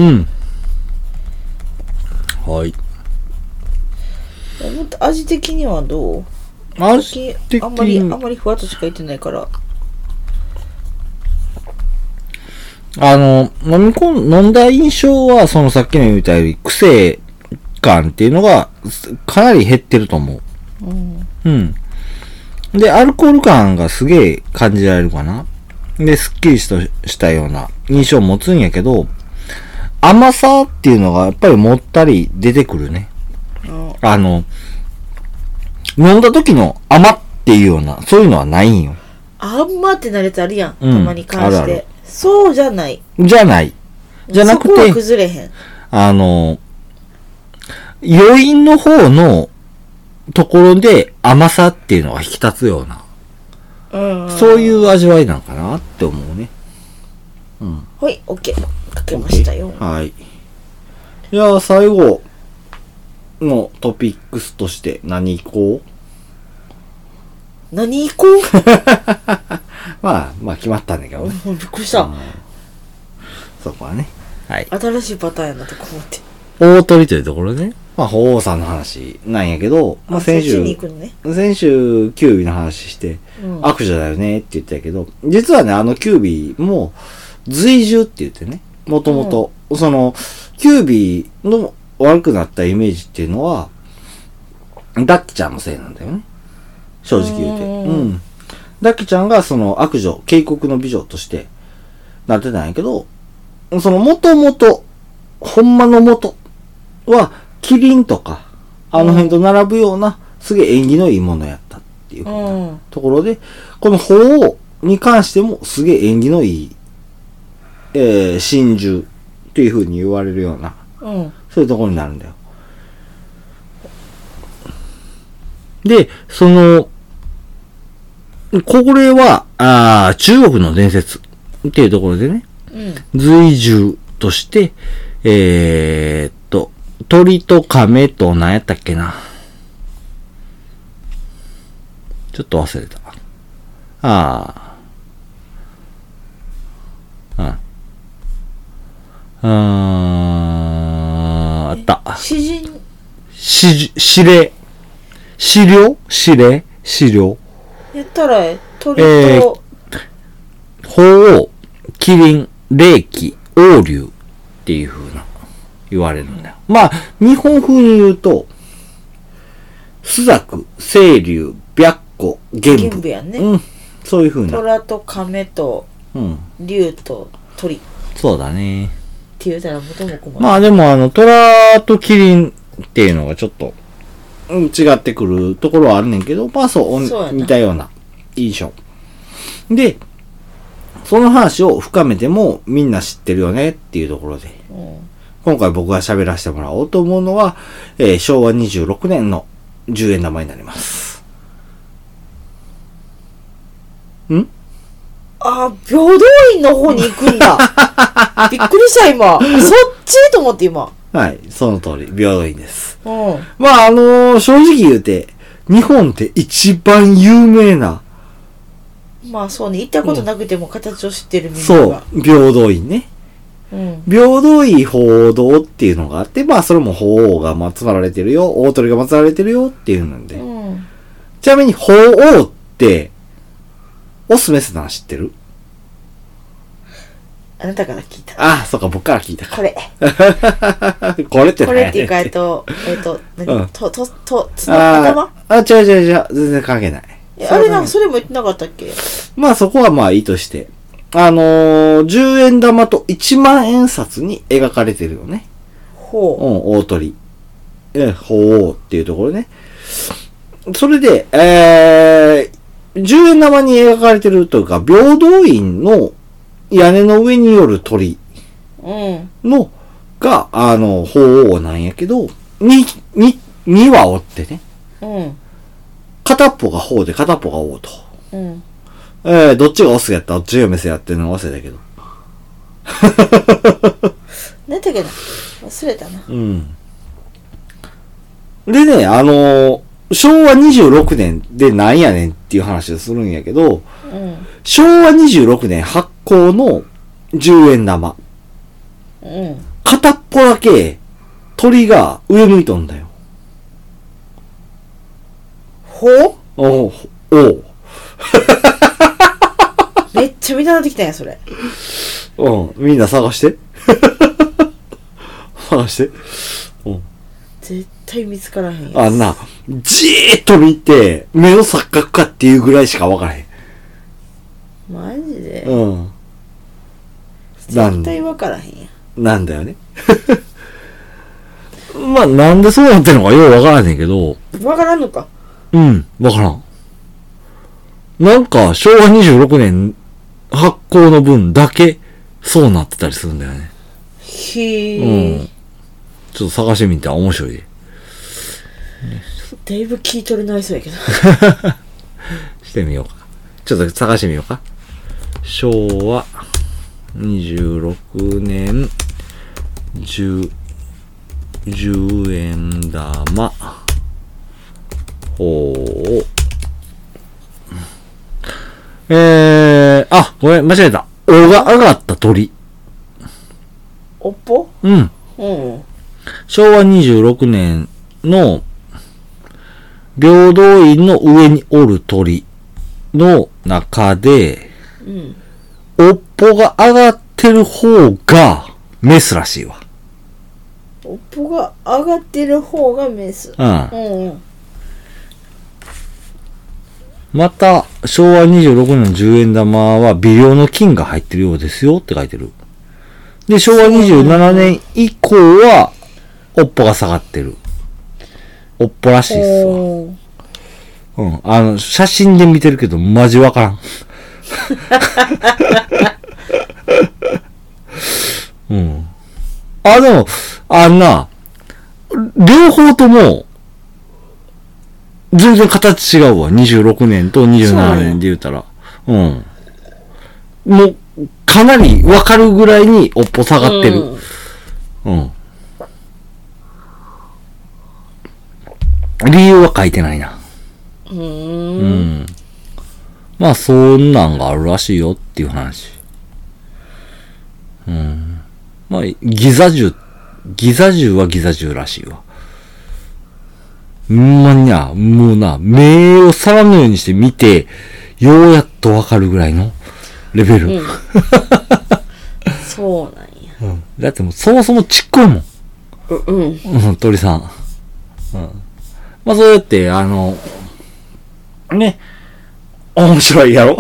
はい。 もっと味的にはどう？ 味的にあんまりあんまりふわっとしか言ってないから。 あの飲み込ん飲んだ印象はそのさっきの言ったより癖感っていうのがかなり減ってると思う。うん。うん。でアルコール感がすげえ感じられるかな。で、すっきりとしたような印象を持つんやけど、甘さっていうのがやっぱりもったり出てくるね。うん、あの、飲んだ時の甘っていうような、そういうのはないんよ。 甘ってなるやつあるやん、うん、たまに関して。あるある。そうじゃない。 じゃない。じゃなくて、そこは崩れへん。 あの、余韻の方のところで甘さっていうのが引き立つような、うん、そういう味わいなのかなって思うね。 うん。はい、OK。かけましたよ。 はい。じゃあ最後のトピックスとして何行こう？何行こう？ まあ、まあ決まったんだけどね。 びっくりした。 そこはね。はい。 新しいパターンやなとか思って。 大鳥というところね。まあ、鳳凰さんの話なんやけど、まあ先週、ね、先週、キュービの話して、うん、悪女だよねって言ってたけど、実はね、あのキュービも、随従って言ってね、もともと、その、キュービの悪くなったイメージっていうのは、ダッキちゃんのせいなんだよね。正直言うて。うんうん。ダッキちゃんがその悪女、警告の美女としてなってたんやけど、その元々、ほんまの元は、キリンとか、あの辺と並ぶような、すげえ縁起のいいものやったっていう、うん、ところで、この鳳凰に関してもすげえ縁起のいいえー、真珠っていう風に言われるような、 うん、 そういうところになるんだよ。で、その、これは、あ中国の伝説っていうところでね、 うん、 随従として、えー、っと、鳥と亀と何やったっけな。ちょっと忘れた。ああ。うん。あー、あった。 詩人し、指令。資料指令資料やったら、鳥と、 えー、鳳凰、麒麟、霊気、王竜っていう風な言われるんだよ。まあ、日本風に言うと、朱雀、青龍、白虎、玄武。 玄武やんね。 うん。そういう風な。 虎と亀と、うん、竜と鳥。 そうだね。 って言うたら元も子も。 まあでもあの、虎と麒麟っていうのがちょっと、うん、違ってくるところはあるねんけど、まあそう、そう似たような印象。で、その話を深めてもみんな知ってるよねっていうところで、うん、今回僕が喋らせてもらおうと思うのは、えー、しょうわにじゅうろくねんのじゅうえん玉になります。んあ、平等院の方に行くんだ。びっくりした今。そっちと思って今。 はい、その通り、平等院です。 うん、 まああのー、正直言うて、日本って一番有名な、 まあそうね、行ったことなくても形を知ってるみんなが、 そう、平等院ね。うん、平等院鳳凰っていうのがあって、まあそれも鳳凰が祀られてるよ、大鳥が祀られてるよっていうので。うん、ちなみに鳳凰って、オスメスなの知ってる？ あなたから聞いた。 ああ、そうか、僕から聞いたか。 これ。 これってこれっていうか、えっと、えっと、何、うん、と、と、と、つの頭？あ、違う違う違う、全然関係ない。 あれなんかそれも言ってなかったっけ？ まあそこはまあいいとして。あのー、じゅうえん玉といちまんえん札に描かれてるよね。 ほう。 うん、大鳥。え、鳳凰っていうところね。それで、えー、じゅうえん玉に描かれてるというか、平等院の屋根の上による鳥の、うん、が、あの、鳳凰なんやけど、に、に、に羽おってね。うん。片っぽが鳳で片っぽが王と。うん。えー、どっちがオスやったどっちがメスやってるの忘れたけど。 何だっけな忘れたな。 うん。でね、あのー、しょうわにじゅうろくねんでなんやねんっていう話をするんやけど、うん、しょうわにじゅうろくねん発行のじゅうえん玉。うん。片っぽだけ鳥が上向いとんだよ。 ほうおう、おう。 めっちゃ見習ってきたんや、それ。 うん、みんな探して。探して。うん。 絶対見つからへんやつ。 あんな、じーっと見て、目の錯覚かっていうぐらいしかわからへん。 マジでうん。 絶対わからへんや。 なんだよね。まあ、なんでそうなってんのかようわからへんけど。 わからんのか。 うん、わからん。なんか、しょうわにじゅうろくねん発行の分だけ、そうなってたりするんだよね。 へー。 うん。ちょっと探してみて面白いで。 だいぶ聞い取れないそうやけど。 してみようか。ちょっと探してみようか。しょうわにじゅうろくねんじゅう、じゅうえん玉。ほう。えー、あ、ごめん、間違えた。おが上がった鳥。 おっぽ？ うん。うん。しょうわにじゅうろくねんの平等院の上におる鳥の中で、うん、おっぽが上がってる方がメスらしいわ。 おっぽが上がってる方がメス。うん。うんうん、 また、しょうわにじゅうろくねんのじゅうえん玉は微量の金が入ってるようですよって書いてる。で、しょうわにじゅうななねん以降は、おっぽが下がってる。おっぽらしいっすわ。うん。あの、写真で見てるけど、マジわからん。 うん。あ、でも、あんな、両方とも、全然形違うわ。にじゅうろくねんとにじゅうななねんで言うたら。うん。もう、かなりわかるぐらいにおっぽ下がってる。うん。うん、理由は書いてないな。 うーん。うん。 まあ、そんなんがあるらしいよっていう話。うん。まあ、ギザ銃、ギザ銃はギザ銃らしいわ。うんまにゃ、もうな、目を皿のようにして見て、ようやっとわかるぐらいのレベル。うん、 そうなんや、 うん。だってもうそもそもちっこいもん。 う、うん。 うん、鳥さん。うん。まあそうやって、あの、ね、面白いやろ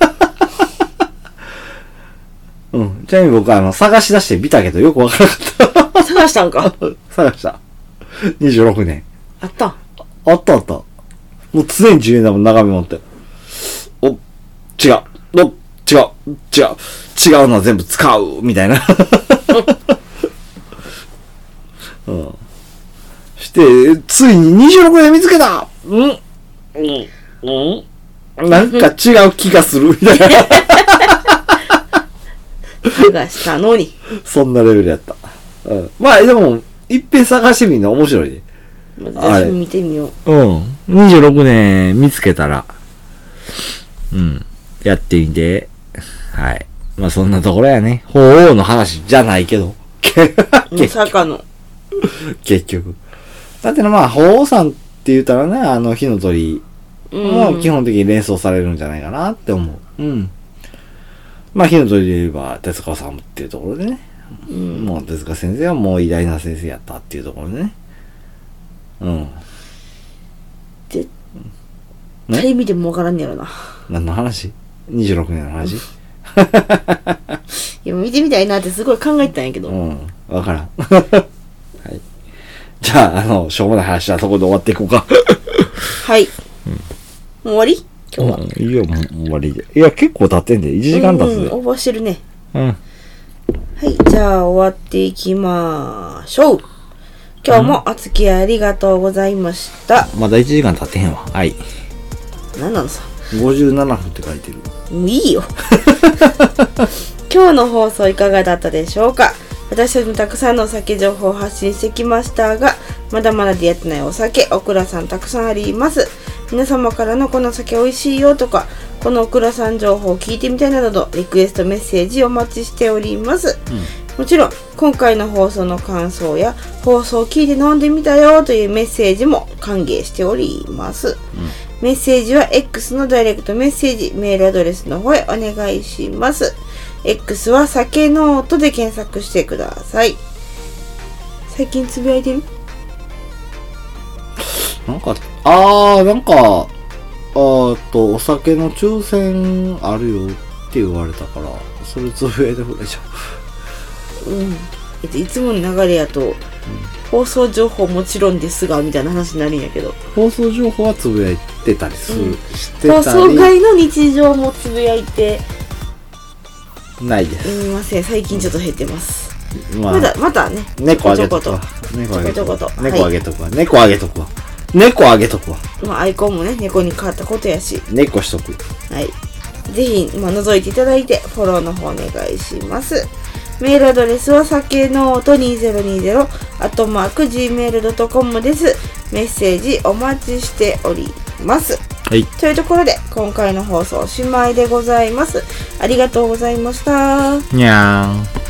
うん。ちなみに僕はあの、探し出して見たけどよくわからなかった。 探したんか探した。にじゅうろくねん。 あったあったあった。もう常にじゅうねんだもん、眺め持って。お、違う。お、違う。違う。違うのは全部使う。みたいな。うん。して、ついににじゅうろくねん見つけたうんうんうんなんか違う気がする。みたいな。 探したのに。 そんなレベルやった。うん。まあでも、いっぺん探してみるの面白いね。 私も見てみよう。うん。にじゅうろくねん見つけたら、うん。やってみて。はい。まあそんなところやね。鳳凰の話じゃないけど。 まさかの。 結局。だってのまあ、鳳凰さんって言ったらね、あの火の鳥も基本的に連想されるんじゃないかなって思う。うん。まあ火の鳥で言えば、手塚さんっていうところでね。うん、もう手塚先生はもう偉大な先生やったっていうところでね。うん。 絶対見てもわからんやろな。 何の話 ?にじゅうろくねんの話いや、見てみたいなってすごい考えてたんやけど。 うん。わからん。はい。じゃあ、あの、しょうもない話はそこで終わっていこうか。 はい。うん、もう終わり今日は。 うん、いや、もう終わりで。いや、結構経ってんで。いちじかん経つで。 うん、オーバーしてるね。 うん。 はい。じゃあ、終わっていきましょう。今日もお付き合いありがとうございました。 まだいちじかん経ってへんわ。はい。 何なのさ。 ごじゅうななふんって書いてる。 もういいよ。今日の放送いかがだったでしょうか。私たちもたくさんのお酒情報を発信してきましたが、まだまだ出会ってないお酒、オクラさんたくさんあります。皆様からのこの酒美味しいよとか、このオクラさん情報を聞いてみたいなど、リクエストメッセージお待ちしております。うん、もちろん、今回の放送の感想や、放送を聞いて飲んでみたよというメッセージも歓迎しております。うん、メッセージは X のダイレクトメッセージ、メールアドレスの方へお願いします。X は酒ノートで検索してください。最近つぶやいてる？ なんか、あー、なんか、あーと、お酒の抽選あるよって言われたから、それつぶやいてくれちゃう。うん。えっと、いつもの流れやと、うん、放送情報もちろんですが、みたいな話になるんやけど。 放送情報はつぶやいてたりする。うん、してたり。放送外の日常もつぶやいて、 ないです。 すみません、最近ちょっと減ってます。まあ、まだ、またね。 猫あげとくわ。猫あげとくわ。猫あげとくわ。猫あげとくわ。猫あげとくわ。 まあ、アイコンもね、猫に変わったことやし。 猫しとく。 はい。ぜひ、まあ、覗いていただいて、フォローの方お願いします。メールアドレスは、さけノートにせんにじゅう、アットマーク、ジーメールドットコム です。メッセージお待ちしております。 はい。 というところで、今回の放送おしまいでございます。ありがとうございました。 にゃーん。